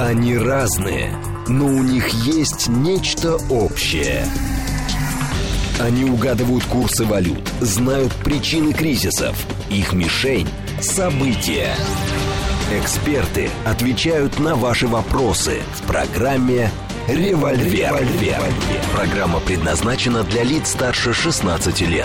Они разные, но у них есть нечто общее. Они угадывают курсы валют, знают причины кризисов. Их мишень – события. Эксперты отвечают на ваши вопросы в программе «Револьвер». Программа предназначена для лиц старше 16 лет.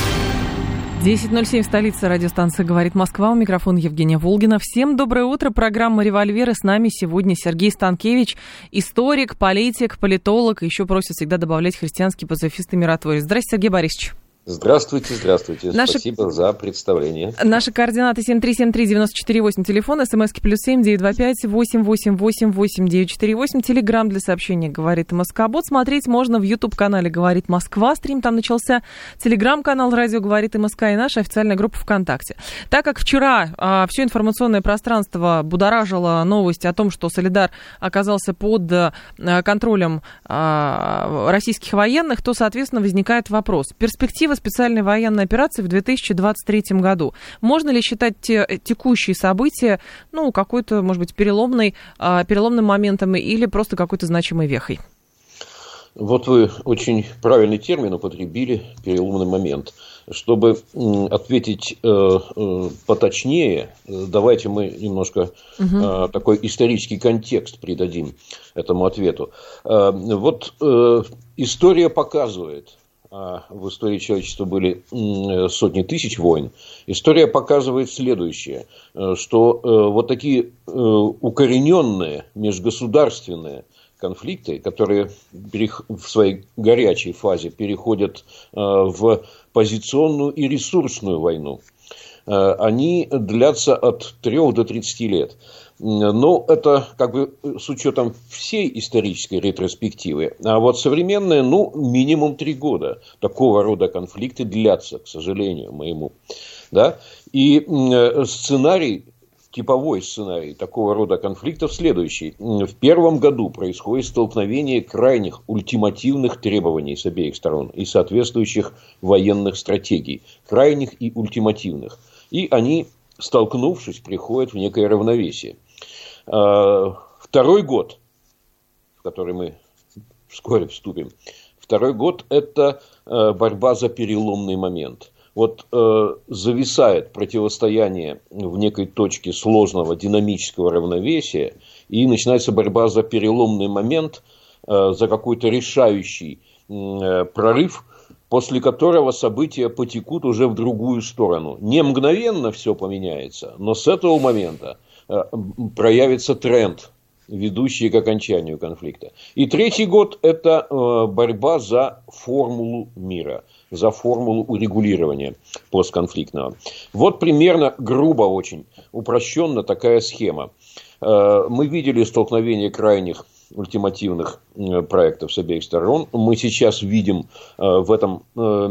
10:07 в столице. Радиостанция «Говорит Москва». У микрофона Евгения Волгина. Всем доброе утро. Программа «Револьвер». И с нами сегодня Сергей Станкевич, историк, политик, политолог. Еще просят всегда добавлять христианский пацифист и миротворец. Здравствуйте, Сергей Борисович. Здравствуйте. Спасибо за представление. Наши координаты 7373948, телефон, смски +7 925 888 8948, телеграм для сообщений «Говорит МСК-бот». Смотреть можно в YouTube-канале «Говорит Москва», стрим там начался, телеграм-канал «Радио Говорит МСК» и наша официальная группа ВКонтакте. Так как вчера все информационное пространство будоражило новость о том, что Солидар оказался под контролем российских военных, то, соответственно, возникает вопрос. Перспектива специальной военной операции в 2023 году. Можно ли считать текущие события, какой-то, может быть, переломным моментом или просто какой-то значимой вехой? Вот вы очень правильный термин употребили, переломный момент. Чтобы ответить поточнее, давайте мы немножко такой исторический контекст придадим этому ответу. Вот история показывает, в истории человечества были сотни тысяч войн. История показывает следующее, что вот такие укорененные межгосударственные конфликты, которые в своей горячей фазе переходят в позиционную и ресурсную войну, они длятся от 3 до 30 лет. Но это как бы с учетом всей исторической ретроспективы. А вот современные, минимум 3 года. Такого рода конфликты длятся, к сожалению моему. Да? И типовой сценарий такого рода конфликтов следующий. В первом году происходит столкновение крайних ультимативных требований с обеих сторон и соответствующих военных стратегий. Крайних и ультимативных. И они, столкнувшись, приходят в некое равновесие. Второй год, в который мы вскоре вступим, второй год – это борьба за переломный момент. Вот зависает противостояние в некой точке сложного динамического равновесия, и начинается борьба за переломный момент, за какой-то решающий прорыв, после которого события потекут уже в другую сторону. Не мгновенно все поменяется, но с этого момента проявится тренд, ведущий к окончанию конфликта. И третий год – это борьба за формулу мира, за формулу урегулирования постконфликтного. Вот примерно, грубо очень, упрощенно такая схема. Мы видели столкновение крайних ультимативных проектов с обеих сторон. Мы сейчас видим в этом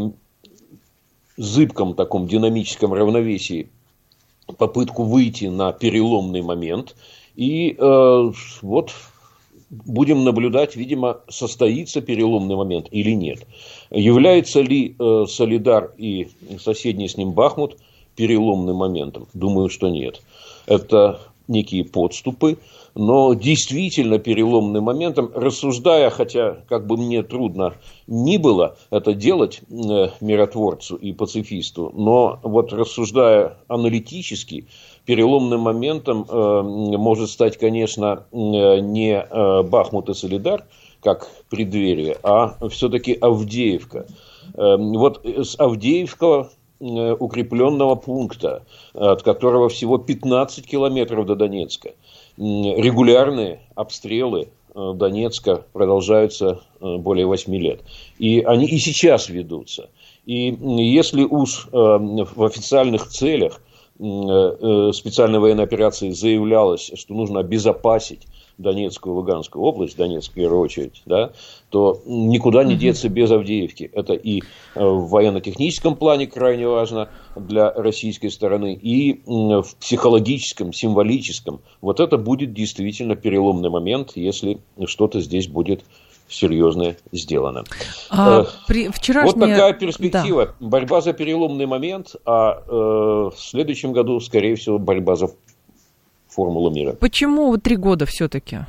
зыбком таком динамическом равновесии попытку выйти на переломный момент. И вот будем наблюдать, видимо, состоится переломный момент или нет. Является ли Солидар и соседний с ним Бахмут переломным моментом? Думаю, что нет. Это некие подступы, но действительно переломным моментом, рассуждая, хотя как бы мне трудно ни было это делать миротворцу и пацифисту, но вот рассуждая аналитически, переломным моментом может стать, конечно, не Бахмут и Солидар, как преддверие, а все-таки Авдеевка. Вот с Авдеевского укрепленного пункта, от которого всего 15 километров до Донецка, регулярные обстрелы Донецка продолжаются более 8 лет. И они и сейчас ведутся. И если уж в официальных целях специальной военной операции заявлялось, что нужно обезопасить Донецкую и Луганскую область, Донецк в первую очередь, да, то никуда не деться без Авдеевки. Это и в военно-техническом плане крайне важно для российской стороны, и в психологическом, символическом. Вот это будет действительно переломный момент, если что-то здесь будет серьезное сделано. Вот такая перспектива. Да. Борьба за переломный момент, а в следующем году, скорее всего, борьба за формулу мира. Почему 3 года все-таки?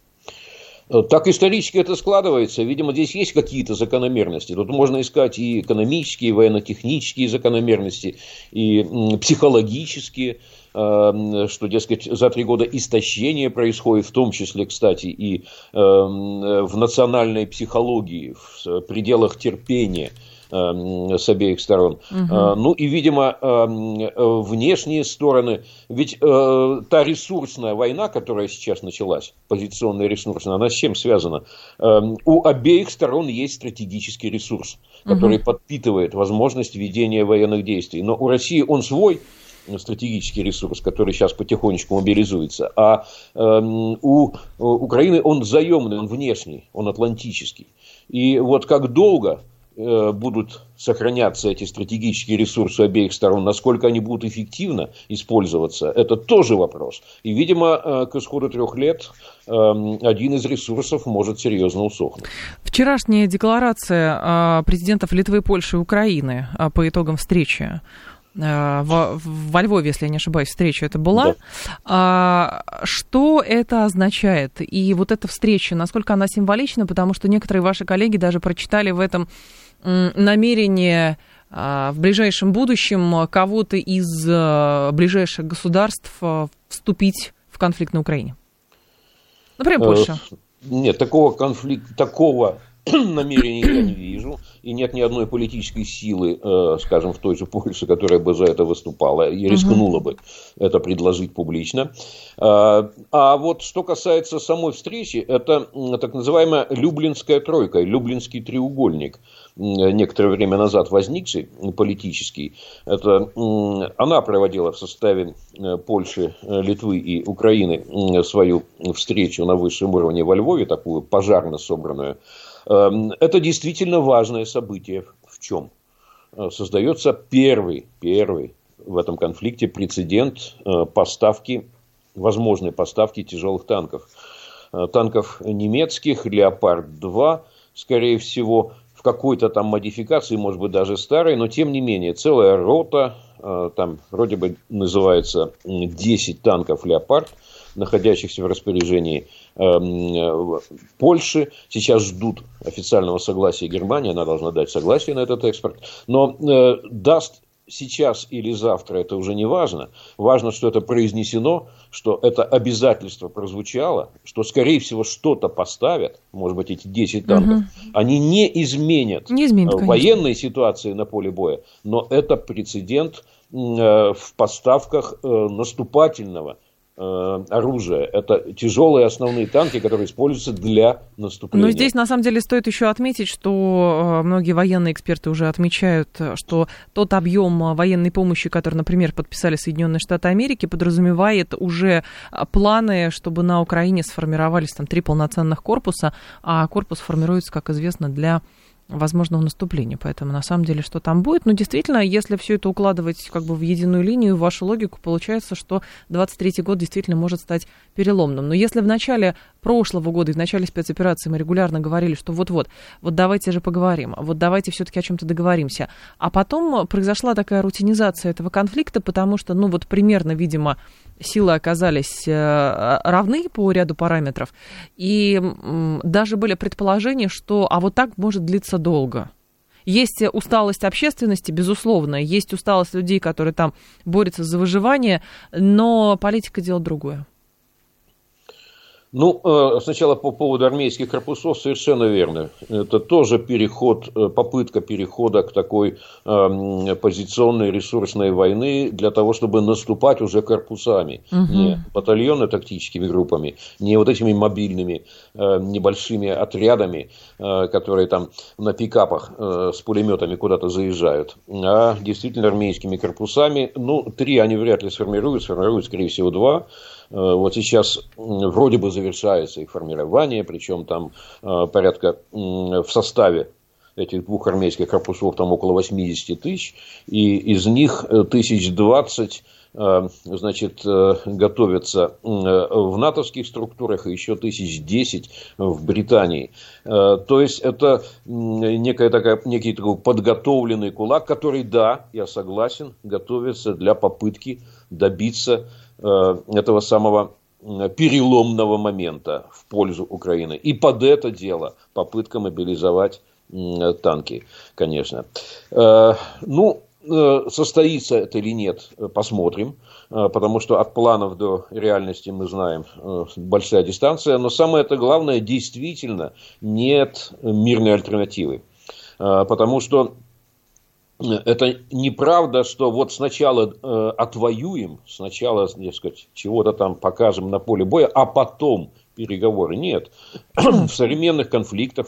Так исторически это складывается. Видимо, здесь есть какие-то закономерности. Тут можно искать и экономические, и военно-технические закономерности, и психологические, что, дескать, за 3 года истощение происходит, в том числе, кстати, и в национальной психологии, в пределах терпения с обеих сторон. Ну и, видимо, внешние стороны. Ведь та ресурсная война, которая сейчас началась, позиционная ресурсная, она с чем связана? У обеих сторон есть стратегический ресурс, который подпитывает возможность ведения военных действий. Но у России он свой стратегический ресурс, который сейчас потихонечку мобилизуется, а у Украины он заемный, он внешний, он атлантический. И вот как долго будут сохраняться эти стратегические ресурсы обеих сторон, насколько они будут эффективно использоваться, это тоже вопрос. И, видимо, к исходу 3 лет один из ресурсов может серьезно усохнуть. Вчерашняя декларация президентов Литвы, Польши и Украины по итогам встречи во Львове, если я не ошибаюсь, встреча это была. Да. Что это означает? И вот эта встреча, насколько она символична? Потому что некоторые ваши коллеги даже прочитали в этом намерение в ближайшем будущем кого-то из ближайших государств вступить в конфликт на Украине. Например, Польша. Нет, такого намерений я не вижу, и нет ни одной политической силы, скажем, в той же Польше, которая бы за это выступала и рискнула бы это предложить публично. А вот что касается самой встречи, это так называемая Люблинская тройка, Люблинский треугольник, некоторое время назад возникший, политический. Это она проводила в составе Польши, Литвы и Украины свою встречу на высшем уровне во Львове, такую пожарно собранную. Это действительно важное событие. В чем? Создается первый в этом конфликте прецедент возможной поставки тяжелых танков. Танков немецких, «Леопард-2», скорее всего, в какой-то там модификации, может быть, даже старой, но тем не менее, целая рота, там вроде бы называется 10 танков «Леопард», находящихся в распоряжении Польши. Сейчас ждут официального согласия Германии, она должна дать согласие на этот экспорт. Но даст сейчас или завтра, это уже не важно. Важно, что это произнесено, что это обязательство прозвучало, что, скорее всего, что-то поставят, может быть, эти 10 танков. Они не изменят военной ситуации на поле боя, но это прецедент в поставках наступательного оружия. Это тяжелые основные танки, которые используются для наступления. Но здесь, на самом деле, стоит еще отметить, что многие военные эксперты уже отмечают, что тот объем военной помощи, который, например, подписали Соединенные Штаты Америки, подразумевает уже планы, чтобы на Украине сформировались там 3 полноценных корпуса, а корпус формируется, как известно, для возможного наступления. Поэтому, на самом деле, что там будет? Но действительно, если все это укладывать как бы в единую линию, в вашу логику, получается, что 23-й год действительно может стать переломным. Но если в начале прошлого года и в начале спецоперации мы регулярно говорили, что вот давайте же поговорим, вот давайте все-таки о чем-то договоримся, а потом произошла такая рутинизация этого конфликта, потому что, примерно, видимо, силы оказались равны по ряду параметров, и даже были предположения, что вот так может длиться долго. Есть усталость общественности, безусловно, есть усталость людей, которые там борются за выживание, но политика дело другое. Сначала по поводу армейских корпусов совершенно верно. Это тоже попытка перехода к такой позиционной ресурсной войны для того, чтобы наступать уже корпусами. Не батальонно-тактическими группами, не вот этими мобильными небольшими отрядами, которые там на пикапах с пулеметами куда-то заезжают, а действительно армейскими корпусами. 3 они вряд ли сформируют, скорее всего, 2. Вот сейчас вроде бы завершается их формирование, причем там порядка в составе этих 2 армейских корпусов там около 80 тысяч, и из них 1020 готовятся в натовских структурах, и еще 1010 в Британии. То есть это некий такой подготовленный кулак, который, да, я согласен, готовится для попытки добиться этого самого переломного момента в пользу Украины. И под это дело попытка мобилизовать танки, конечно. Состоится это или нет, посмотрим, потому что от планов до реальности мы знаем большая дистанция, но самое-то главное, действительно нет мирной альтернативы, потому что это неправда, что вот сначала отвоюем, сначала, дескать, чего-то там покажем на поле боя, а потом переговоры. Нет. В современных конфликтах,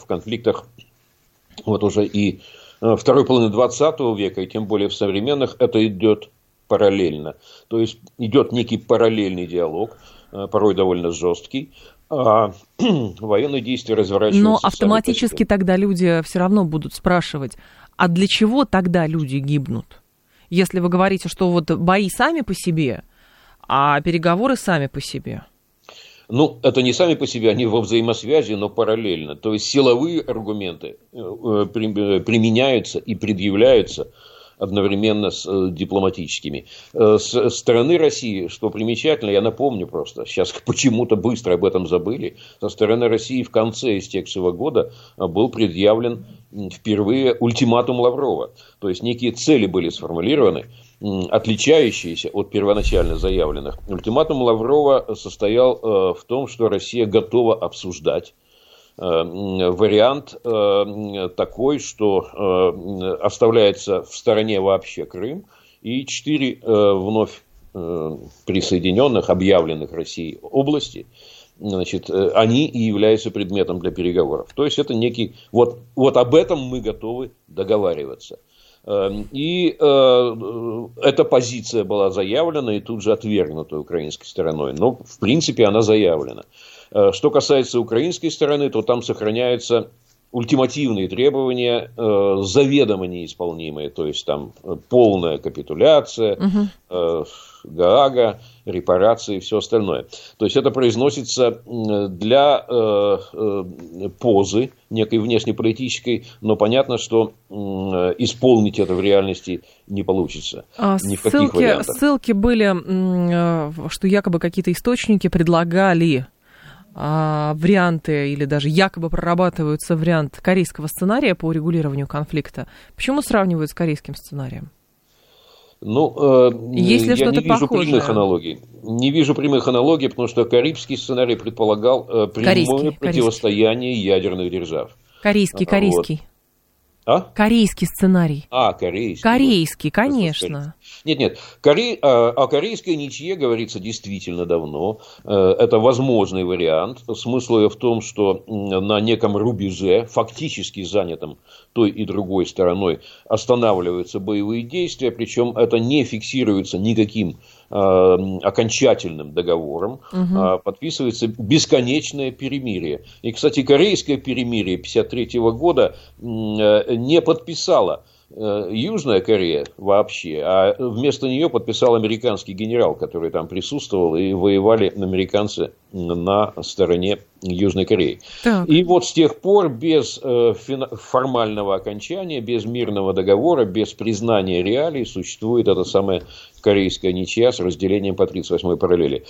вот уже и второй половины 20 века, и тем более в современных, это идет параллельно. То есть идет некий параллельный диалог, порой довольно жесткий, а военные действия разворачиваются. Но автоматически тогда люди все равно будут спрашивать, а для чего тогда люди гибнут? Если вы говорите, что вот бои сами по себе, а переговоры сами по себе. Это не сами по себе, они во взаимосвязи, но параллельно. То есть силовые аргументы применяются и предъявляются одновременно с дипломатическими. С стороны России, что примечательно, я напомню просто, сейчас почему-то быстро об этом забыли, со стороны России в конце истекшего года был предъявлен впервые ультиматум Лаврова. То есть некие цели были сформулированы, отличающиеся от первоначально заявленных. Ультиматум Лаврова состоял в том, что Россия готова обсуждать вариант такой, что оставляется в стороне вообще Крым, и 4 вновь присоединенных, объявленных Россией области, они и являются предметом для переговоров. То есть это некий... Вот об этом мы готовы договариваться. И эта позиция была заявлена и тут же отвергнута украинской стороной. Но, в принципе, она заявлена. Что касается украинской стороны, то там сохраняются ультимативные требования, заведомо неисполнимые. То есть там полная капитуляция, Гаага, репарации и все остальное. То есть это произносится для позы некой внешнеполитической, но понятно, что исполнить это в реальности не получится. Ни в каких вариантах. Ссылки были, что якобы какие-то источники предлагали варианты или даже якобы прорабатываются вариант корейского сценария по урегулированию конфликта. Почему сравнивают с корейским сценарием? Есть ли что-то похожее? Не вижу прямых аналогий, потому что карибский сценарий предполагал прямое противостояние ядерных держав. Корейский. Корейский сценарий. Корейский, конечно. Нет. О корейской ничье говорится действительно давно. Это возможный вариант. Смысл ее в том, что на неком рубеже, фактически занятом той и другой стороной, останавливаются боевые действия. Причем это не фиксируется никаким окончательным договором, подписывается бесконечное перемирие. И, кстати, корейское перемирие 1953 года не подписала Южная Корея вообще, а вместо нее подписал американский генерал, который там присутствовал, и воевали американцы на стороне Южной Кореи. Так. И вот с тех пор без формального окончания, без мирного договора, без признания реалий существует эта самая корейская ничья с разделением по 38-й параллели.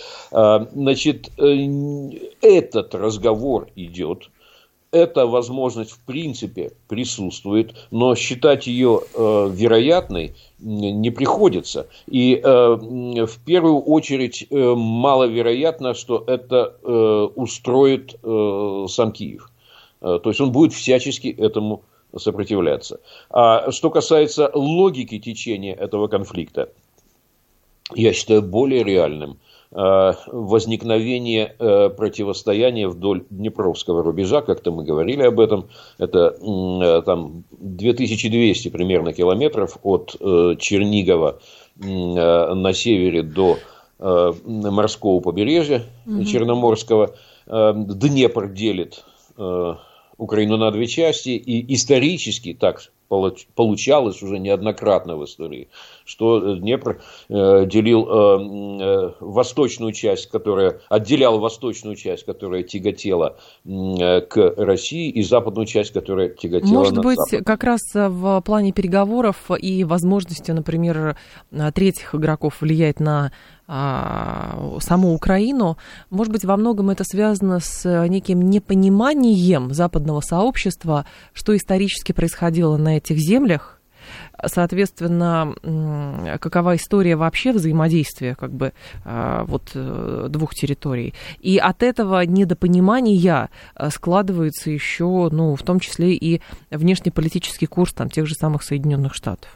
Этот разговор идет. Эта возможность в принципе присутствует, но считать ее вероятной не приходится. И в первую очередь маловероятно, что это устроит сам Киев. То есть он будет всячески этому сопротивляться. А что касается логики течения этого конфликта, я считаю более реальным возникновение противостояния вдоль Днепровского рубежа, как-то мы говорили об этом, это там 2200 примерно километров от Чернигова на севере до морского побережья Черноморского. Днепр делит Украину на две части, и исторически так получалось уже неоднократно в истории, что Днепр делил восточную часть, отделял восточную часть, которая тяготела к России, и западную часть, которая тяготела Может на быть, запад. Как раз в плане переговоров и возможности, например, третьих игроков влиять на саму Украину. Может быть, во многом это связано с неким непониманием западного сообщества, что исторически происходило на этих землях. Соответственно, какова история вообще взаимодействия двух территорий. И от этого недопонимания складывается еще, в том числе и внешнеполитический курс тех же самых Соединенных Штатов.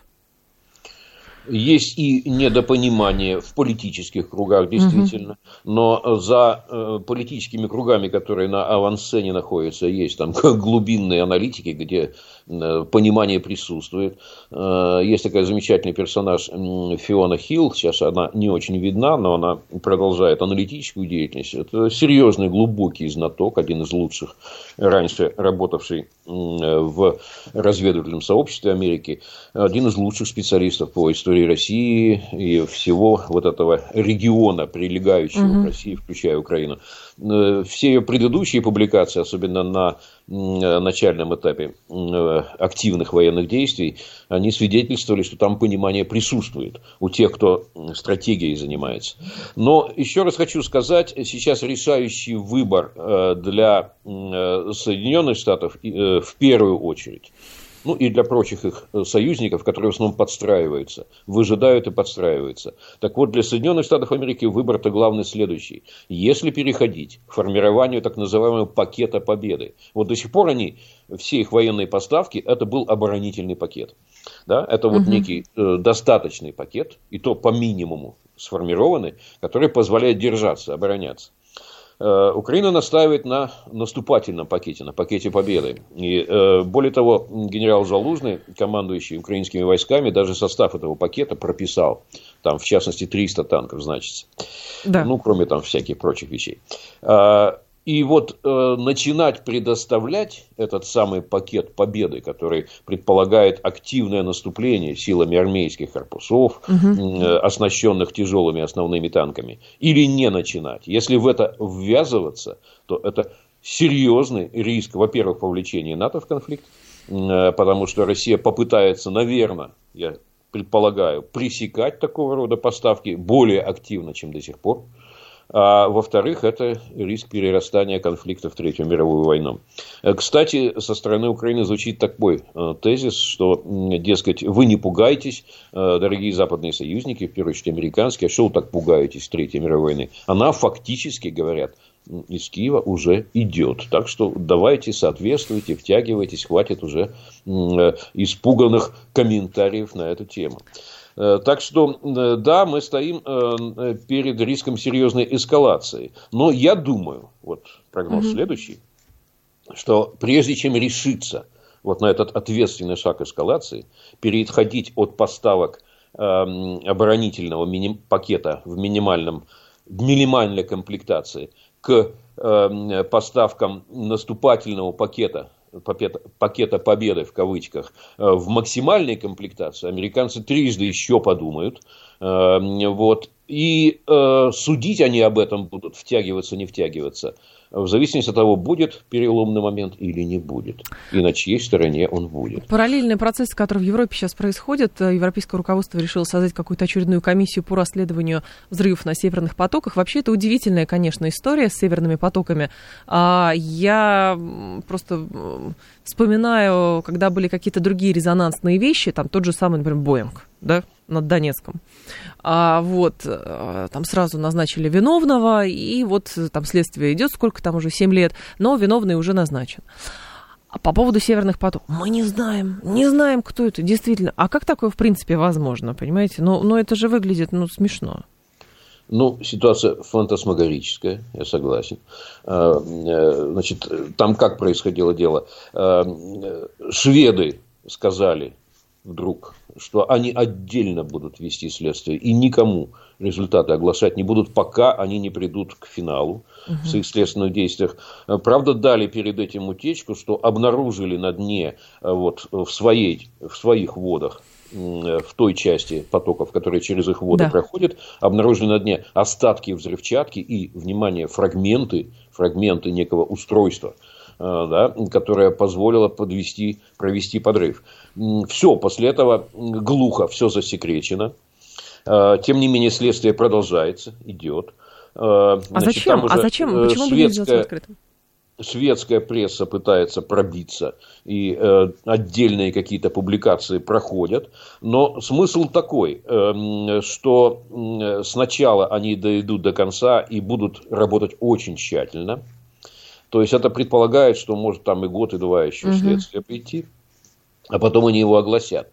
Есть и недопонимание в политических кругах, действительно, но за политическими кругами, которые на авансцене находятся, есть там глубинные аналитики, где понимание присутствует. Есть такой замечательный персонаж Фиона Хилл, сейчас она не очень видна, но она продолжает аналитическую деятельность. Это серьезный, глубокий знаток, один из лучших, раньше работавший в разведывательном сообществе Америки, один из лучших специалистов по истории России и всего вот этого региона, прилегающего к России, включая Украину. Все ее предыдущие публикации, особенно на начальном этапе активных военных действий, они свидетельствовали, что там понимание присутствует у тех, кто стратегией занимается. Но еще раз хочу сказать, сейчас решающий выбор для Соединенных Штатов в первую очередь, и для прочих их союзников, которые в основном подстраиваются, выжидают и подстраиваются. Так вот, для Соединенных Штатов Америки выбор-то главный следующий. Если переходить к формированию так называемого пакета победы, вот до сих пор все их военные поставки, это был оборонительный пакет. Да? Это вот некий достаточный пакет, и то по минимуму сформированный, который позволяет держаться, обороняться. Украина настаивает на наступательном пакете, на пакете победы. И более того, генерал Залужный, командующий украинскими войсками, даже состав этого пакета прописал. Там, в частности, 300 танков значится. Да. Кроме там всяких прочих вещей. И вот начинать предоставлять этот самый пакет победы, который предполагает активное наступление силами армейских корпусов, оснащенных тяжелыми основными танками, или не начинать. Если в это ввязываться, то это серьезный риск, во-первых, вовлечения НАТО в конфликт, потому что Россия попытается, наверное, я предполагаю, пресекать такого рода поставки более активно, чем до сих пор. А во-вторых, это риск перерастания конфликта в Третью мировую войну. Кстати, со стороны Украины звучит такой тезис, что, дескать, вы не пугайтесь, дорогие западные союзники, в первую очередь американские, а что вы так пугаетесь Третьей мировой войны? Она фактически, говорят, из Киева уже идет. Так что давайте соответствуйте, втягивайтесь, хватит уже испуганных комментариев на эту тему. Так что, да, мы стоим перед риском серьезной эскалации. Но я думаю, вот прогноз следующий, что прежде чем решиться вот на этот ответственный шаг эскалации, переходить от поставок оборонительного пакета в минимальной комплектации к поставкам наступательного пакета победы, в кавычках, в максимальной комплектации, американцы трижды еще подумают. И судить они об этом будут, втягиваться, не втягиваться, в зависимости от того, будет переломный момент или не будет. И на чьей стороне он будет. Параллельный процесс, который в Европе сейчас происходит, европейское руководство решило создать какую-то очередную комиссию по расследованию взрывов на северных потоках. Вообще, это удивительная, конечно, история с северными потоками. Я просто вспоминаю, когда были какие-то другие резонансные вещи, там тот же самый, например, Боинг, да, над Донецком. Там сразу назначили виновного, и вот там следствие идет, сколько там уже, 7 лет, но виновный уже назначен. А по поводу северных потоков, мы не знаем, кто это, действительно. А как такое, в принципе, возможно, понимаете? Но это же выглядит, смешно. Ситуация фантасмагорическая, я согласен. Значит, там как происходило дело? Шведы сказали вдруг, что они отдельно будут вести следствие и никому результаты оглашать не будут, пока они не придут к финалу в своих следственных действиях. Правда, дали перед этим утечку, что обнаружили на дне в своих водах, в той части потоков, которые через их воды проходят, обнаружили на дне остатки взрывчатки и, внимание, фрагменты некого устройства, которое позволило провести подрыв. Все, после этого глухо, все засекречено. Тем не менее, следствие продолжается, идет. Зачем? Почему бы не сделать открытым? Светская пресса пытается пробиться, и отдельные какие-то публикации проходят. Но смысл такой, что сначала они дойдут до конца и будут работать очень тщательно. То есть, это предполагает, что может там и год, и два еще следствие прийти, а потом они его огласят.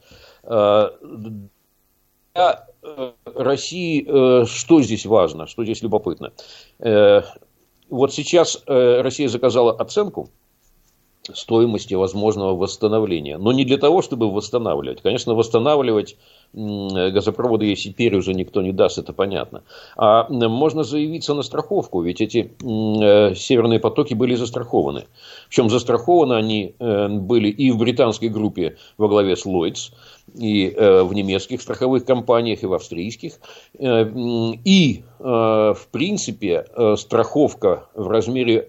Для России что здесь важно, что здесь любопытно? Вот сейчас Россия заказала оценку стоимости возможного восстановления. Но не для того, чтобы восстанавливать. Конечно, восстанавливать газопроводы, если теперь уже никто не даст, это понятно. А можно заявиться на страховку, ведь эти северные потоки были застрахованы. Причем застрахованы они были и в британской группе во главе с Lloyds, и в немецких страховых компаниях, и в австрийских. И, в принципе, страховка в размере,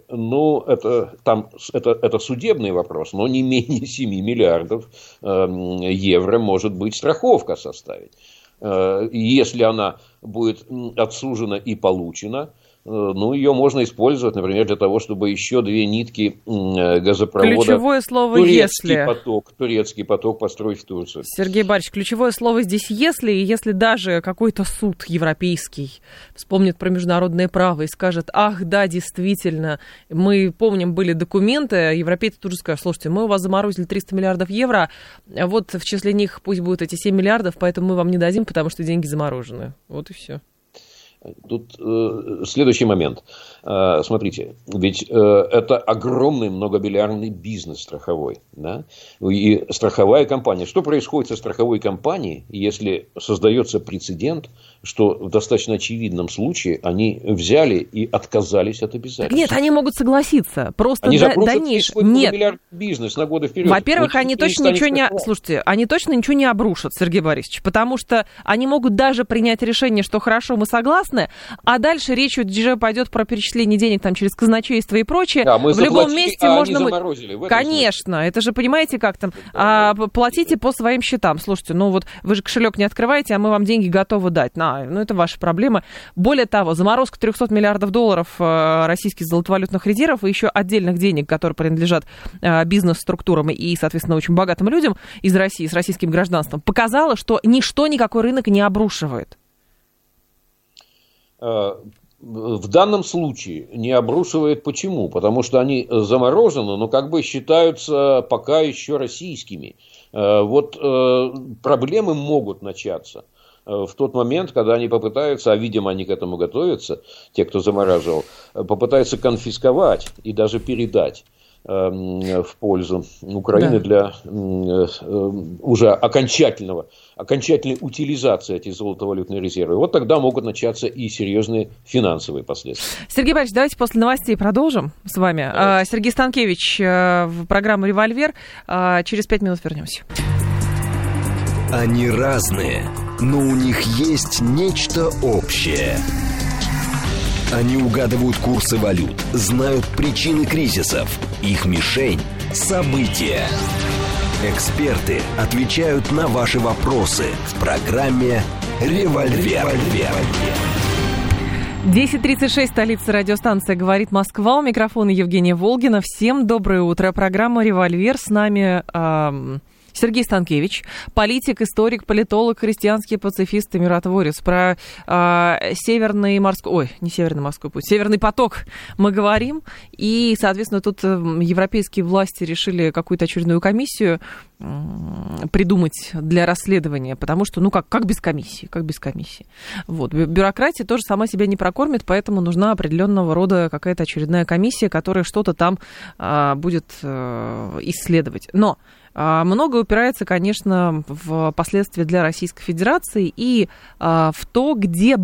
это судебный вопрос, но не менее 7 миллиардов евро может быть страховка составить. Если она будет отсужена и получена, ее можно использовать, например, для того, чтобы еще 2 нитки газопровода. Ключевое слово турецкий поток построить в Турцию. Сергей Борисович, ключевое слово здесь «если», и если даже какой-то суд европейский вспомнит про международное право и скажет: ах, да, действительно, мы помним, были документы, европейцы тут же скажут: слушайте, мы у вас заморозили 300 миллиардов евро, вот в числе них пусть будут эти 7 миллиардов, поэтому мы вам не дадим, потому что деньги заморожены. Вот и все. Тут следующий момент. Смотрите, ведь это огромный многомиллиардный бизнес страховой. Да? И страховая компания. Что происходит со страховой компанией, если создается прецедент, что в достаточно очевидном случае они взяли и отказались от обязательств? Нет, они могут согласиться. Просто они запрутят свой многомиллиардный бизнес на годы вперед. Во-первых, они точно ничего не... Слушайте, они точно ничего не обрушат, Сергей Борисович, потому что они могут даже принять решение, что хорошо, мы согласны, а дальше речь уже пойдет про перечисление денег там через казначейство и прочее. Да, мы в любом месте можно... Они заморозили. Конечно, это же, понимаете, как там, платите по своим счетам. Слушайте, вот вы же кошелек не открываете, а мы вам деньги готовы дать. Это ваша проблема. Более того, заморозка 300 миллиардов долларов российских золотовалютных резервов и еще отдельных денег, которые принадлежат бизнес-структурам и, соответственно, очень богатым людям из России с российским гражданством, показала, что ничто, никакой рынок не обрушивает. В данном случае не обрушивает. Почему? Потому что они заморожены, но как бы считаются пока еще российскими. Вот проблемы могут начаться в тот момент, когда они попытаются, а видимо они к этому готовятся, те, кто замораживал, попытаются конфисковать и даже передать в пользу Украины для уже окончательной утилизации этих золотовалютных резервов. Вот тогда могут начаться и серьезные финансовые последствия. Сергей Борисович, давайте после новостей продолжим с вами. Давайте. Сергей Станкевич в программу «Револьвер». Через 5 минут вернемся. Они разные, но у них есть нечто общее. Они угадывают курсы валют, знают причины кризисов. Их мишень – события. Эксперты отвечают на ваши вопросы в программе «Револьвер». 10:36, столица, радиостанция «Говорит Москва». У микрофона Евгения Волгина. Всем доброе утро. Программа «Револьвер». С нами Сергей Станкевич, политик, историк, политолог, христианский пацифист и миротворец. Про Северный морской... не Северный морской путь, Северный поток мы говорим. И, соответственно, тут европейские власти решили какую-то очередную комиссию придумать для расследования, потому что, как без комиссии, Вот. Бюрократия тоже сама себя не прокормит, поэтому нужна определенного рода какая-то очередная комиссия, которая что-то там будет исследовать. Но многое упирается, конечно, в последствия для Российской Федерации и в то, где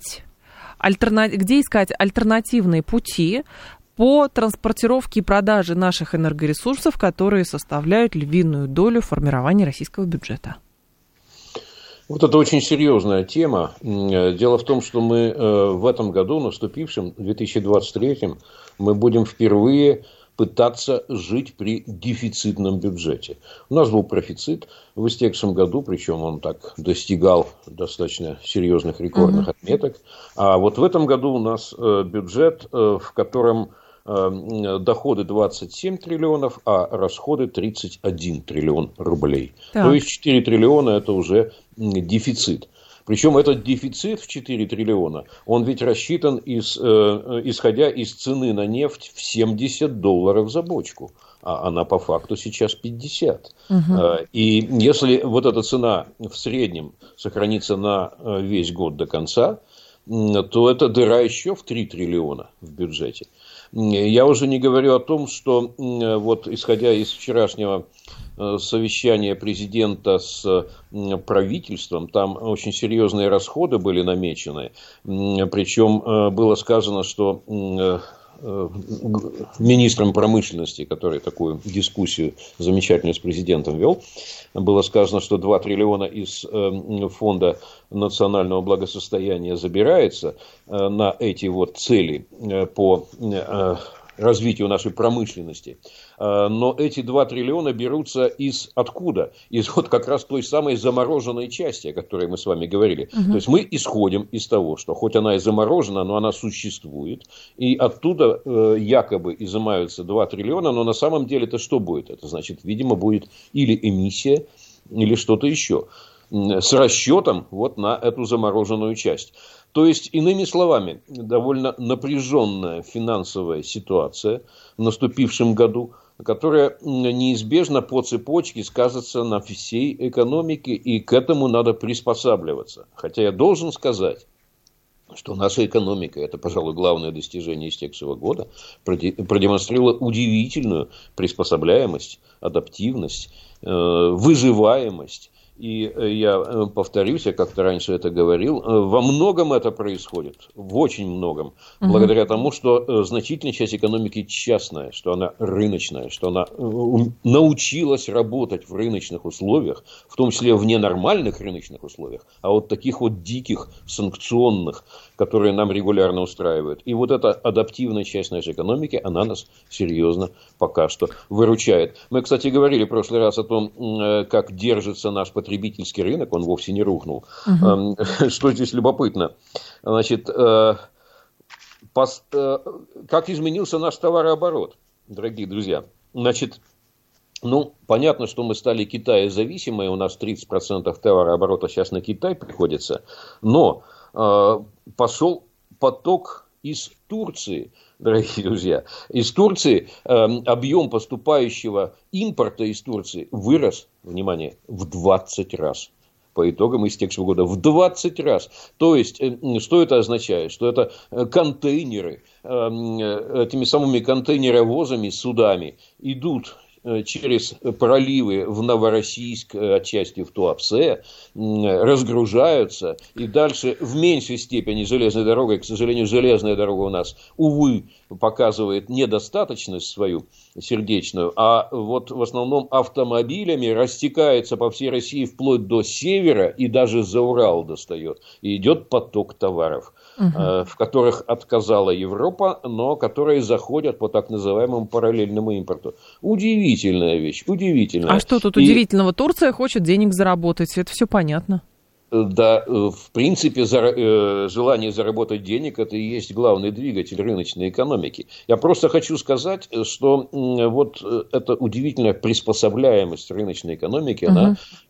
искать альтернативные пути по транспортировке и продаже наших энергоресурсов, которые составляют львиную долю формирования российского бюджета. Вот это очень серьезная тема. Дело в том, что мы в этом году, наступившем, 2023, мы будем впервые пытаться жить при дефицитном бюджете. У нас был профицит в истекшем году, причем он так достигал достаточно серьезных рекордных отметок. А вот в этом году у нас бюджет, в котором доходы 27 триллионов, а расходы 31 триллион рублей. Так. То есть 4 триллиона – это уже дефицит. Причем этот дефицит в 4 триллиона, он ведь рассчитан исходя из цены на нефть в $70 за бочку. А она по факту сейчас 50. И если вот эта цена в среднем сохранится на весь год до конца, то это дыра еще в 3 триллиона в бюджете. Я уже не говорю о том, что вот исходя из вчерашнего совещания президента с правительством, там очень серьезные расходы были намечены. Причем было сказано, что министром промышленности, который такую дискуссию замечательную с президентом вел, было сказано, что 2 триллиона из фонда национального благосостояния забирается на эти вот цели по развитию нашей промышленности. Но эти 2 триллиона берутся из откуда? Из вот как раз той самой замороженной части, о которой мы с вами говорили. То есть мы исходим из того, что хоть она и заморожена, но она существует. И оттуда якобы изымаются 2 триллиона, но на самом деле это что будет? Это значит, видимо, будет или эмиссия, или что-то еще. С расчетом вот на эту замороженную часть. То есть, иными словами, довольно напряженная финансовая ситуация в наступившем году, которая неизбежно по цепочке скажется на всей экономике, и к этому надо приспосабливаться. Хотя я должен сказать, что наша экономика, это, пожалуй, главное достижение истекшего года, продемонстрировала удивительную приспособляемость, адаптивность, выживаемость. И я повторюсь, я как-то раньше это говорил, во многом это происходит, в очень многом, благодаря тому, что значительная часть экономики частная, что она рыночная, что она научилась работать в рыночных условиях, в том числе в ненормальных рыночных условиях, а вот таких вот диких, санкционных, которые нам регулярно устраивают. И вот эта адаптивная часть нашей экономики, она нас серьезно пока что выручает. Мы, кстати, говорили в прошлый раз о том, как держится наш потребительский рынок, он вовсе не рухнул. Что здесь любопытно? Значит, как изменился наш товарооборот, дорогие друзья? Значит, понятно, что мы стали китаезависимы, у нас 30% товарооборота сейчас на Китай приходится, но пошел поток из Турции, дорогие друзья. Из Турции объем поступающего импорта из Турции вырос, внимание, в 20 раз. По итогам истекшего года. В 20 раз. То есть, что это означает? Что это контейнеры, этими самыми контейнеровозами, судами идут через проливы в Новороссийск, отчасти в Туапсе, разгружаются, и дальше в меньшей степени железной дорогой, к сожалению, железная дорога у нас, увы, показывает недостаточность свою сердечную, а вот в основном автомобилями растекается по всей России вплоть до севера и даже за Урал достает, и идет поток товаров, в которых отказала Европа, но которые заходят по так называемому параллельному импорту. Удивительная вещь, удивительная. А что тут удивительного? Турция хочет денег заработать, это все понятно. Да, в принципе, желание заработать денег – это и есть главный двигатель рыночной экономики. Я просто хочу сказать, что вот эта удивительная приспособляемость рыночной экономики, она,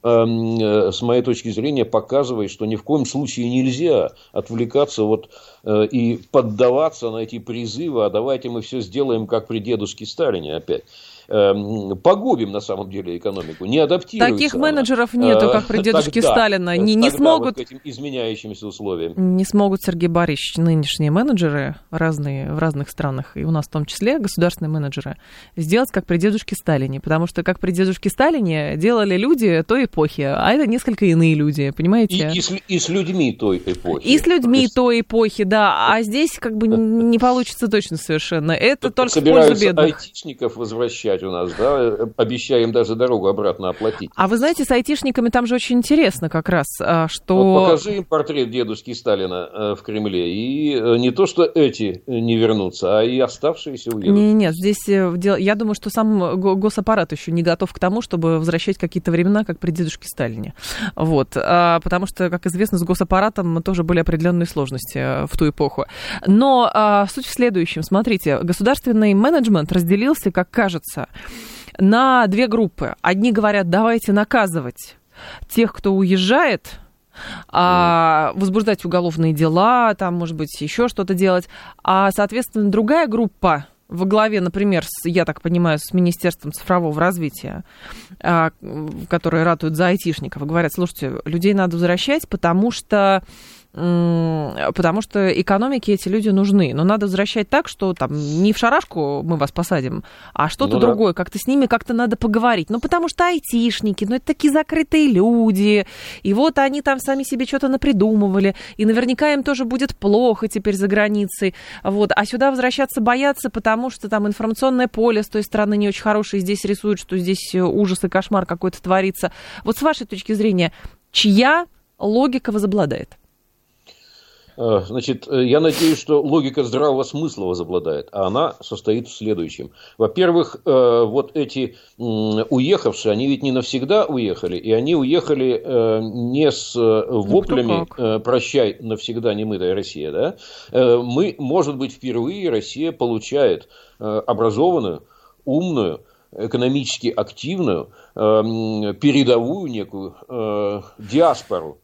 с моей точки зрения, показывает, что ни в коем случае нельзя отвлекаться и поддаваться на эти призывы, а давайте мы все сделаем, как при дедушке Сталине опять. Погубим на самом деле экономику, не адаптируется. Таких менеджеров нету, как при дедушке Сталина. Не смогут, вот к этим изменяющимся условиям. Не смогут, Сергей Борисович, нынешние менеджеры разные в разных странах, и у нас в том числе государственные менеджеры, сделать как при дедушке Сталине. Потому что как при дедушке Сталине делали люди той эпохи, а это несколько иные люди, понимаете? И с людьми той эпохи. И с людьми той эпохи, да. А здесь как бы не получится точно совершенно. Это только в пользу бедных. Айтишников возвращать торчать у нас, да, обещаем даже дорогу обратно оплатить. А вы знаете, с айтишниками там же очень интересно как раз, что... Вот покажи им портрет дедушки Сталина в Кремле, и не то, что эти не вернутся, а и оставшиеся уедут. Нет, здесь я думаю, что сам госаппарат еще не готов к тому, чтобы возвращать какие-то времена, как при дедушке Сталине. Вот. Потому что, как известно, с госаппаратом тоже были определенные сложности в ту эпоху. Но суть в следующем. Смотрите, государственный менеджмент разделился, как кажется, на две группы. Одни говорят, давайте наказывать тех, кто уезжает, возбуждать уголовные дела, там, может быть, еще что-то делать. А, соответственно, другая группа во главе, например, я так понимаю, с Министерством цифрового развития, которые ратуют за айтишников, говорят, слушайте, людей надо возвращать, потому что экономике эти люди нужны. Но надо возвращать так, что там не в шарашку мы вас посадим, а что-то другое. Как-то с ними как-то надо поговорить. Потому что айтишники, это такие закрытые люди. И вот они там сами себе что-то напридумывали. И наверняка им тоже будет плохо теперь за границей. Вот. А сюда возвращаться боятся, потому что там информационное поле с той стороны не очень хорошее. Здесь рисуют, что здесь ужас и кошмар какой-то творится. Вот с вашей точки зрения, чья логика возобладает? Значит, я надеюсь, что логика здравого смысла возобладает, а она состоит в следующем. Во-первых, вот эти уехавшие, они ведь не навсегда уехали, и они уехали не с воплями «прощай, навсегда немытая Россия». Да? Может быть, впервые Россия получает образованную, умную, экономически активную, передовую некую диаспору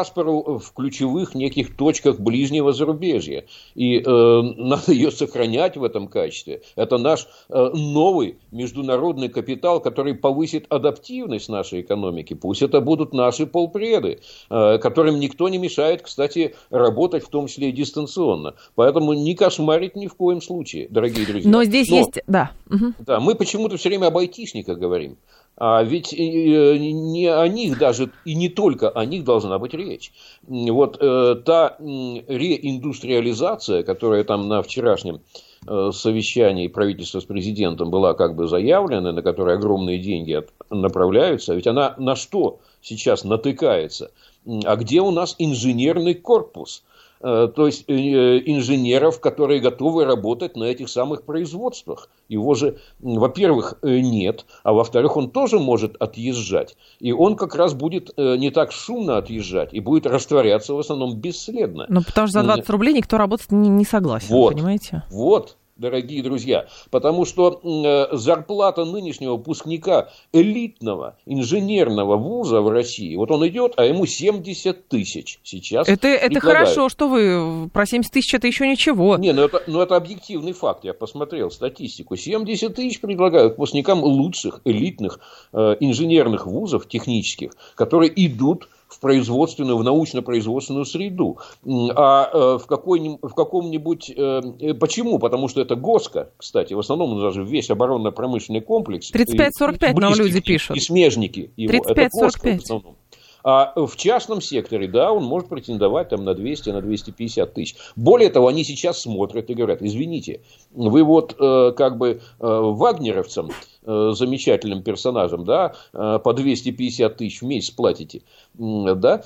в ключевых неких точках ближнего зарубежья. И надо ее сохранять в этом качестве. Это наш новый международный капитал, который повысит адаптивность нашей экономики. Пусть это будут наши полпреды, которым никто не мешает, кстати, работать в том числе и дистанционно. Поэтому не кошмарить ни в коем случае, дорогие друзья. Но здесь есть... Да. Да, мы почему-то все время об айтишниках говорим. А ведь не о них даже, и не только о них должна быть речь. Вот та реиндустриализация, которая там на вчерашнем совещании правительства с президентом была как бы заявлена, на которой огромные деньги направляются, ведь она на что сейчас натыкается? А где у нас инженерный корпус? То есть инженеров, которые готовы работать на этих самых производствах. Его же, во-первых, нет, а во-вторых, он тоже может отъезжать. И он как раз будет не так шумно отъезжать и будет растворяться в основном бесследно. Ну, потому что за 20 рублей никто работать не согласен, понимаете? Вот. Дорогие друзья, потому что зарплата нынешнего выпускника элитного инженерного вуза в России, вот он идет, а ему 70 тысяч сейчас. Это хорошо, что вы про 70 тысяч, это еще ничего. Не, это объективный факт, я посмотрел статистику. 70 тысяч предлагают выпускникам лучших элитных инженерных вузов технических, которые идут в производственную, в научно-производственную среду. А в каком-нибудь... Почему? Потому что это ГОСКа, кстати, в основном даже весь оборонно-промышленный комплекс. 35-45 нам люди пишут. И смежники его. 35-45. Это ГОСКа в основном. А в частном секторе, да, он может претендовать там, на 200, на 250 тысяч. Более того, они сейчас смотрят и говорят, извините, вы вот как бы вагнеровцам, замечательным персонажам, да, по 250 тысяч в месяц платите, да,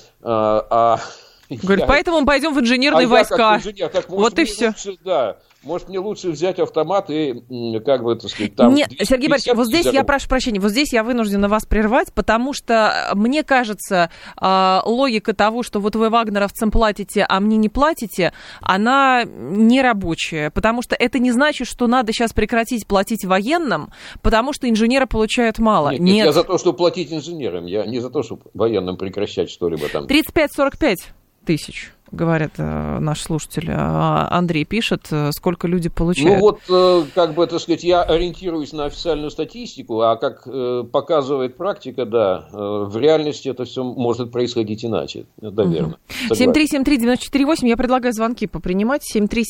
говорит, поэтому мы пойдем в инженерные войска. Вот и все. Да. Может, мне лучше взять автомат и, как бы, так сказать, там... Нет, Сергей Борисович, вот здесь я прошу прощения, вот здесь я вынуждена вас прервать, потому что, мне кажется, логика того, что вот вы вагнеровцам платите, а мне не платите, она не рабочая, потому что это не значит, что надо сейчас прекратить платить военным, потому что инженеры получают мало. Нет. Я за то, чтобы платить инженерам, я не за то, чтобы военным прекращать что-либо там. 35-45 тысяч. Говорят, наш слушатель Андрей пишет, сколько люди получают. Ну вот, как бы, так сказать, я ориентируюсь на официальную статистику, а как показывает практика, да, в реальности это все может происходить иначе, это верно. 7373948, я предлагаю звонки попринимать,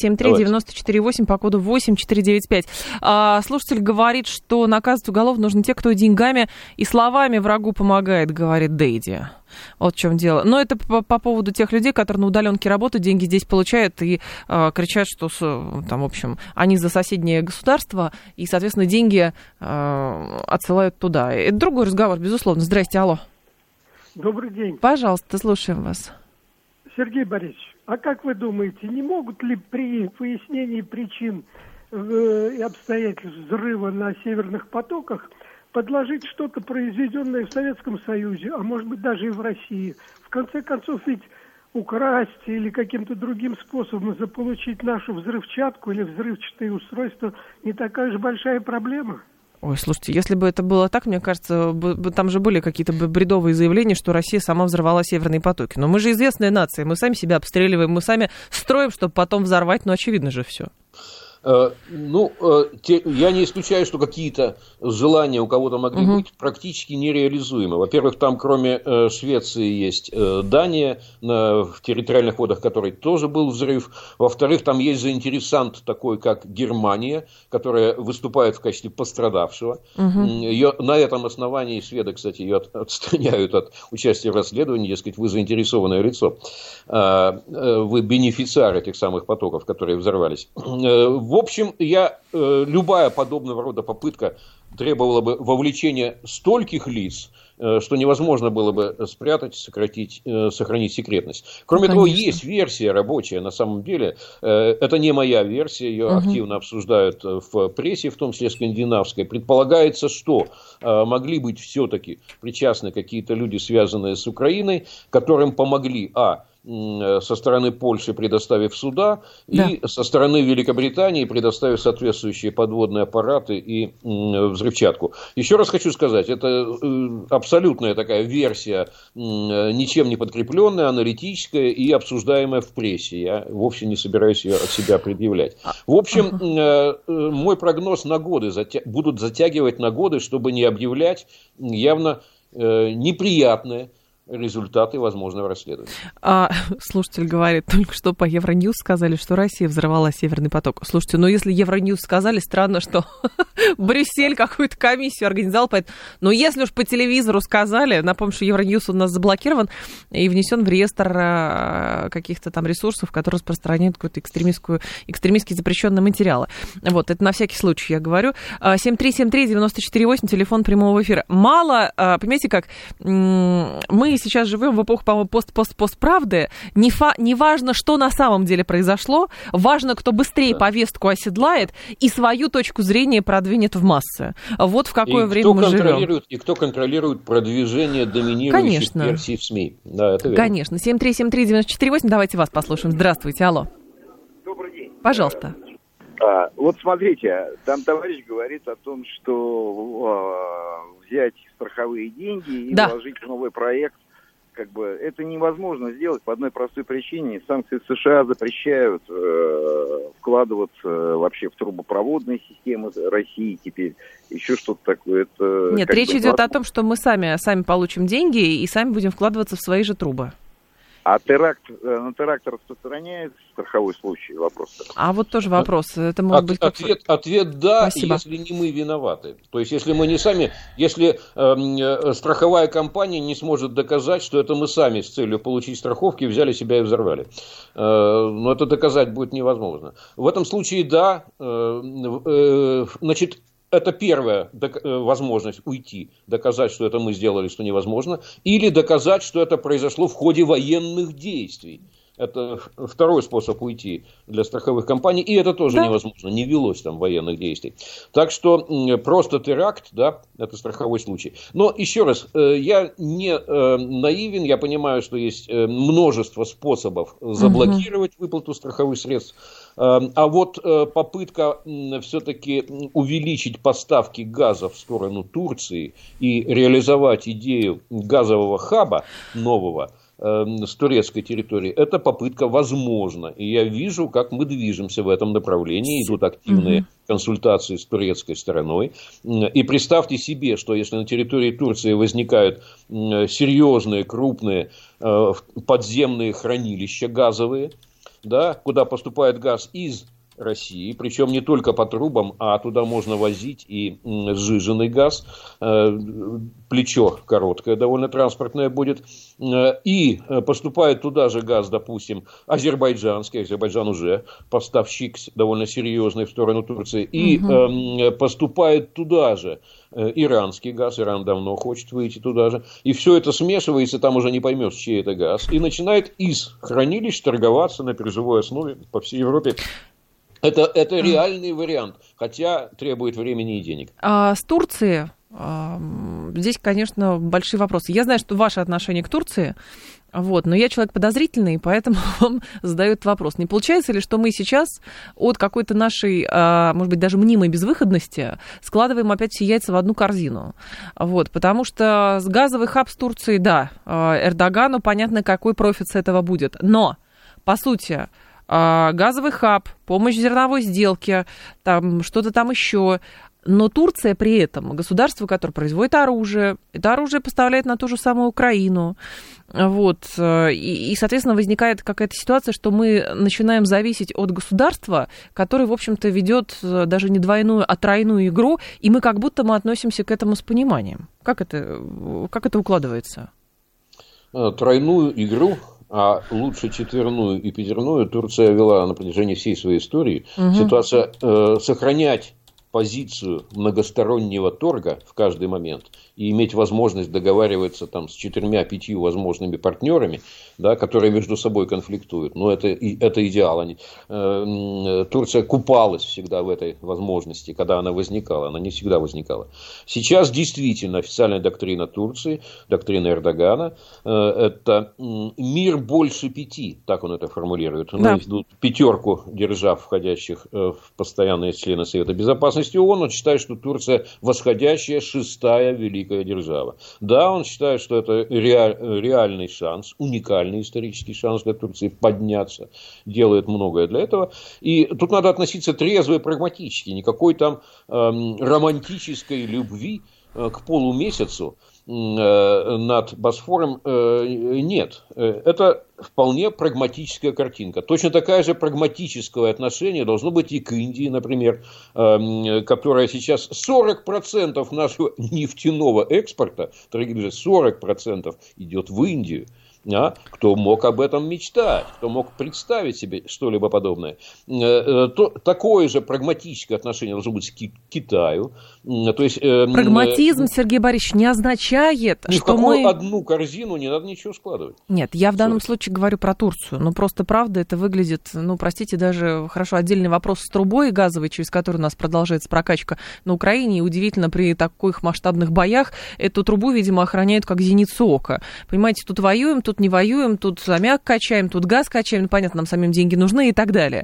7373948 по коду 8495. Слушатель говорит, что наказывать уголовно нужно те, кто деньгами и словами врагу помогает, говорит Дейди. Вот в чем дело. Но это по поводу тех людей, которые на удаленном удаленке работают, деньги здесь получают и кричат, что там, в общем, они за соседнее государство, и, соответственно, деньги отсылают туда. Это другой разговор, безусловно. Здрасте, алло. Добрый день. Пожалуйста, слушаем вас. Сергей Борисович, а как вы думаете, не могут ли при выяснении причин и обстоятельств взрыва на северных потоках подложить что-то, произведенное в Советском Союзе, а может быть даже и в России? В конце концов, ведь украсть или каким-то другим способом заполучить нашу взрывчатку или взрывчатые устройства не такая же большая проблема. Ой, слушайте, если бы это было так, мне кажется, там же были какие-то бредовые заявления, что Россия сама взорвала северные потоки. Но мы же известная нация, мы сами себя обстреливаем, мы сами строим, чтобы потом взорвать, ну, очевидно же все. Я не исключаю, что какие-то желания у кого-то могли быть практически нереализуемы. Во-первых, там кроме Швеции есть Дания, в территориальных водах которой тоже был взрыв. Во-вторых, там есть заинтересант такой, как Германия, которая выступает в качестве пострадавшего. На этом основании шведы, кстати, ее отстраняют от участия в расследовании, дескать, вы заинтересованное лицо. Вы бенефициар этих самых потоков, которые взорвались. В общем, любая подобного рода попытка требовала бы вовлечения стольких лиц, что невозможно было бы спрятать, сохранить секретность. Кроме того, есть версия рабочая, на самом деле. Это не моя версия, ее активно обсуждают в прессе, в том числе скандинавской. Предполагается, что могли быть все-таки причастны какие-то люди, связанные с Украиной, которым помогли, со стороны Польши предоставив суда, и со стороны Великобритании предоставив соответствующие подводные аппараты и взрывчатку. Еще раз хочу сказать, это абсолютная такая версия, ничем не подкрепленная, аналитическая и обсуждаемая в прессе. Я вовсе не собираюсь ее от себя предъявлять. В общем, мой прогноз на годы будут затягивать на годы, чтобы не объявлять явно неприятные результаты возможного расследования. Слушатель говорит, только что по Евроньюз сказали, что Россия взорвала Северный поток. Слушайте, но если Евроньюз сказали, странно, что Брюссель какую-то комиссию организовал. Но если уж по телевизору сказали, напомню, что Евроньюз у нас заблокирован и внесен в реестр каких-то там ресурсов, которые распространяют какую-то экстремистски запрещенные материалы. Вот, это на всякий случай я говорю. 7373948, телефон прямого эфира. Мало, понимаете, как мы сейчас живем в эпоху, по-моему, постправды. Не важно, что на самом деле произошло, важно, кто быстрее повестку оседлает и свою точку зрения продвинет в массы. Вот в какое время мы живем. И кто контролирует продвижение доминирующих версий в СМИ. Да, это верно. Конечно. 7373948, давайте вас послушаем. Здравствуйте, алло. Добрый день. Пожалуйста. Вот смотрите, там товарищ говорит о том, что взять страховые деньги и вложить в новый проект, это невозможно сделать по одной простой причине. Санкции США запрещают вкладываться вообще в трубопроводные системы России теперь, еще что-то такое. Нет, речь идет о том, что мы сами получим деньги и сами будем вкладываться в свои же трубы. А на теракт распространяется страховой случай? Вопрос. А вот тоже вопрос. Это может быть ответ да, Спасибо. Если не мы виноваты. То есть, если мы не сами, если страховая компания не сможет доказать, что это мы сами с целью получить страховки взяли себя и взорвали. Но это доказать будет невозможно. В этом случае да, значит, это первая возможность уйти, доказать, что это мы сделали, что невозможно, или доказать, что это произошло в ходе военных действий. Это второй способ уйти для страховых компаний, и это тоже невозможно, не велось там военных действий. Так что просто теракт, да, это страховой случай. Но еще раз, я не наивен, я понимаю, что есть множество способов заблокировать выплату страховых средств. А вот попытка все-таки увеличить поставки газа в сторону Турции и реализовать идею газового хаба нового с турецкой территории, эта попытка возможна. И я вижу, как мы движемся в этом направлении. Идут активные консультации с турецкой стороной. И представьте себе, что если на территории Турции возникают серьезные, крупные подземные хранилища газовые, да, куда поступает газ из России, причем не только по трубам, а туда можно возить и сжиженный газ, плечо короткое довольно транспортное будет, и поступает туда же газ, допустим, азербайджанский, Азербайджан уже поставщик довольно серьезный в сторону Турции, и поступает туда же иранский газ, Иран давно хочет выйти туда же, и все это смешивается, там уже не поймешь, чей это газ, и начинает из хранилищ торговаться на биржевой основе по всей Европе. Это реальный вариант, хотя требует времени и денег. С Турцией здесь, конечно, большие вопросы. Я знаю, что ваше отношение к Турции, но я человек подозрительный, поэтому вам задаю этот вопрос. Не получается ли, что мы сейчас от какой-то нашей, может быть, даже мнимой безвыходности складываем опять все яйца в одну корзину? Потому что газовый хаб с Турцией, да, Эрдогану понятно, какой профит с этого будет. Но, по сути, газовый хаб, помощь в зерновой сделке, там что-то там еще. Но Турция при этом государство, которое производит оружие, это оружие поставляет на ту же самую Украину. И, соответственно, возникает какая-то ситуация, что мы начинаем зависеть от государства, которое, в общем-то, ведет даже не двойную, а тройную игру, и мы как будто относимся к этому с пониманием. Как это укладывается? Тройную игру, а лучше четверную и пятерную Турция вела на протяжении всей своей истории. Ситуация сохранять позицию многостороннего торга в каждый момент и иметь возможность договариваться там с 4-5 возможными партнерами, да, которые между собой конфликтуют. Но это идеал. Турция купалась всегда в этой возможности, когда она возникала. Она не всегда возникала. Сейчас действительно официальная доктрина Турции, доктрина Эрдогана, это мир больше 5, так он это формулирует. Да. Пятерку держав, входящих в постоянные члены Совета Безопасности ООН, он считает, что Турция восходящая 6-я великая держава. Да, он считает, что это реальный шанс, уникальный исторический шанс для Турции подняться, делает многое для этого. И тут надо относиться трезво и прагматически, никакой там романтической любви к полумесяцу над Босфором нет. Это вполне прагматическая картинка. Точно такое же прагматическое отношение должно быть и к Индии, например, которая сейчас 40% нашего нефтяного экспорта, дорогие друзья, 40% идет в Индию. Кто мог об этом мечтать, кто мог представить себе что-либо подобное. Такое же прагматическое отношение должно быть к Китаю. То есть, прагматизм, Сергей Борисович, не означает, ни что в какую одну корзину не надо ничего складывать. Нет, я в данном случае говорю про Турцию. Просто правда это выглядит, простите, даже хорошо, отдельный вопрос с трубой газовой, через которую у нас продолжается прокачка на Украине. И удивительно, при таких масштабных боях эту трубу, видимо, охраняют как зеницу ока. Понимаете, тут воюем, тут не воюем, тут аммиак качаем, тут газ качаем, понятно, нам самим деньги нужны и так далее.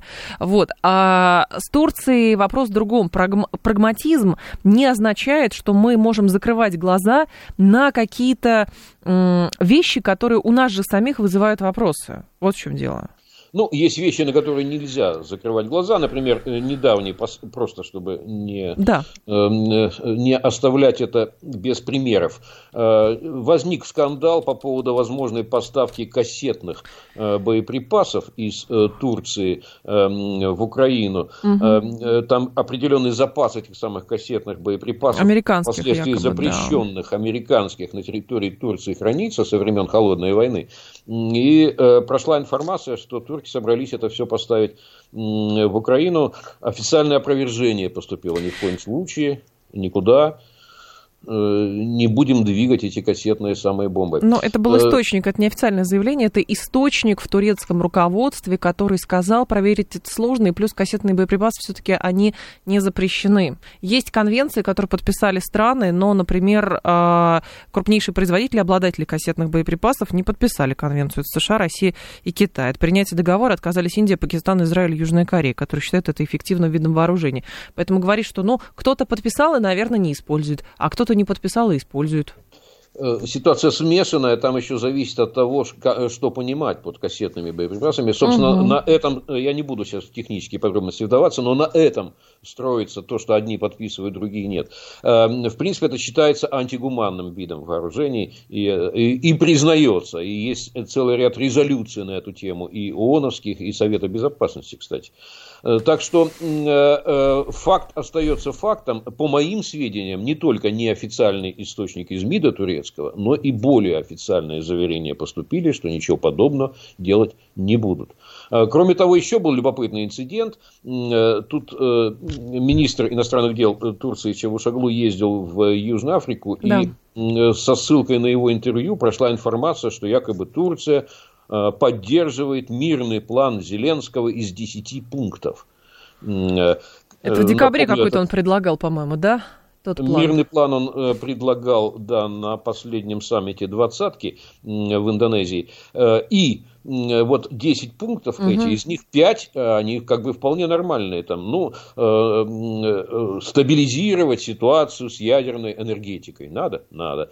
А с Турцией вопрос в другом. Прагматизм не означает, что мы можем закрывать глаза на какие-то вещи, которые у нас же самих вызывают вопросы. Вот в чем дело. Есть вещи, на которые нельзя закрывать глаза. Например, недавний, просто чтобы не оставлять это без примеров. Возник скандал по поводу возможной поставки кассетных боеприпасов из Турции в Украину. Там определенный запас этих самых кассетных боеприпасов, впоследствии запрещенных американских на территории Турции хранится со времен Холодной войны. И прошла информация, что турки собрались это все поставить в Украину. Официальное опровержение поступило. Ни в коем случае, никуда не будем двигать эти кассетные самые бомбы. Но это был источник, это не официальное заявление, это источник в турецком руководстве, который сказал, проверить это сложно, и плюс кассетные боеприпасы все-таки они не запрещены. Есть конвенции, которые подписали страны, но, например, крупнейшие производители, обладатели кассетных боеприпасов не подписали конвенцию. Это США, Россия и Китай. От принятия договора отказались Индия, Пакистан, Израиль и Южная Корея, которые считают это эффективным видом вооружения. Поэтому говорить, что кто-то подписал и, наверное, не использует, а кто-то не подписал и использует. Ситуация смешанная, там еще зависит от того, что понимать под кассетными боеприпасами. Собственно, на этом, я не буду сейчас в технические подробности вдаваться, но на этом строится то, что одни подписывают, другие нет. В принципе, это считается антигуманным видом вооружений и признается. И есть целый ряд резолюций на эту тему, и ООНовских, и Совета Безопасности, кстати. Так что факт остается фактом. По моим сведениям, не только неофициальный источник из МИДа турецкого, но и более официальные заверения поступили, что ничего подобного делать не будут. Кроме того, еще был любопытный инцидент. Тут министр иностранных дел Турции Чавушоглу ездил в Южную Африку, да. И со ссылкой на его интервью прошла информация, что якобы Турция поддерживает мирный план Зеленского из 10 пунктов. Это в декабре какой-то он предлагал, по-моему, да? Тот план. Мирный план он предлагал, да, на последнем саммите «двадцатки» в Индонезии. И вот 10 пунктов эти, из них 5, они как бы вполне нормальные. Там, стабилизировать ситуацию с ядерной энергетикой. Надо.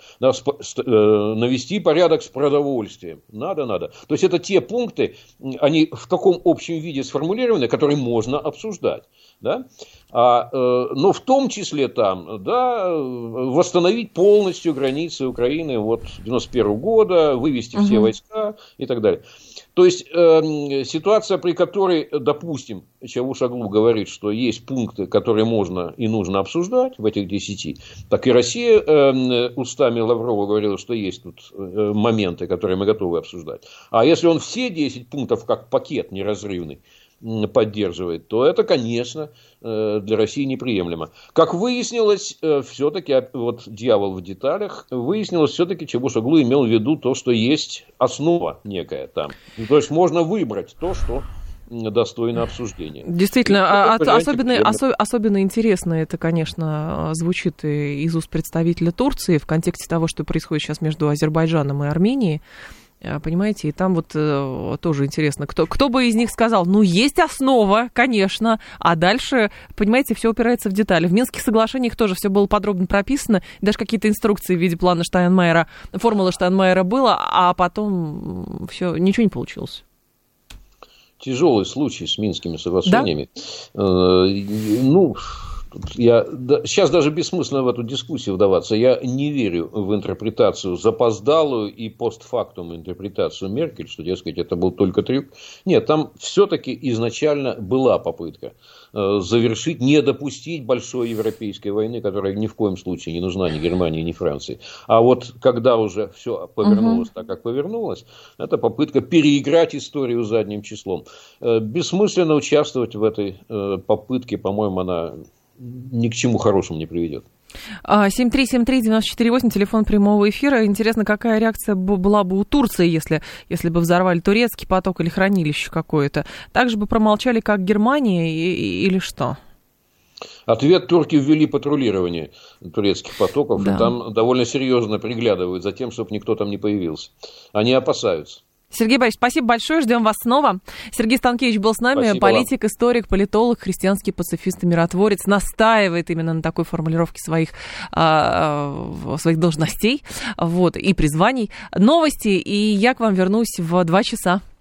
Навести порядок с продовольствием. Надо. То есть, это те пункты, они в таком общем виде сформулированы, которые можно обсуждать. Да? Но в том числе там, да, восстановить полностью границы Украины вот 1991 года, вывести все войска и так далее. То есть, ситуация, при которой, допустим, Чавушоглу говорит, что есть пункты, которые можно и нужно обсуждать в этих 10, так и Россия устами Лаврова говорила, что есть тут моменты, которые мы готовы обсуждать. А если он все 10 пунктов как пакет неразрывный поддерживает, то это, конечно, для России неприемлемо. Как выяснилось, все-таки, вот дьявол в деталях, выяснилось все-таки, Чавушоглу имел в виду то, что есть основа некая там. То есть, можно выбрать то, что достойно обсуждения. Действительно, особенно интересно это, конечно, звучит из уст представителя Турции в контексте того, что происходит сейчас между Азербайджаном и Арменией. Понимаете, и там вот тоже интересно, кто бы из них сказал, есть основа, конечно, а дальше, понимаете, все упирается в детали. В Минских соглашениях тоже все было подробно прописано, даже какие-то инструкции в виде плана Штайнмайера, формулы Штайнмайера было, а потом все, ничего не получилось. Тяжелый случай с Минскими соглашениями. Да? Сейчас даже бессмысленно в эту дискуссию вдаваться. Я не верю в интерпретацию запоздалую и постфактум интерпретацию Меркель, что, дескать, это был только трюк. Нет, там все-таки изначально была попытка завершить, не допустить большой европейской войны, которая ни в коем случае не нужна ни Германии, ни Франции. А вот когда уже все повернулось так, как повернулось, это попытка переиграть историю задним числом. Бессмысленно участвовать в этой попытке, по-моему, она ни к чему хорошему не приведет. 7373948, телефон прямого эфира. Интересно, какая реакция была бы у Турции, если бы взорвали турецкий поток или хранилище какое-то? Так же бы промолчали, как Германия, или что? Ответ: турки ввели патрулирование турецких потоков. Да. Там довольно серьезно приглядывают за тем, чтобы никто там не появился. Они опасаются. Сергей Борисович, спасибо большое, ждем вас снова. Сергей Станкевич был с нами, спасибо политик, вам. Историк, политолог, христианский пацифист и миротворец, настаивает именно на такой формулировке своих должностей и призваний. Новости, и я к вам вернусь в 2 часа.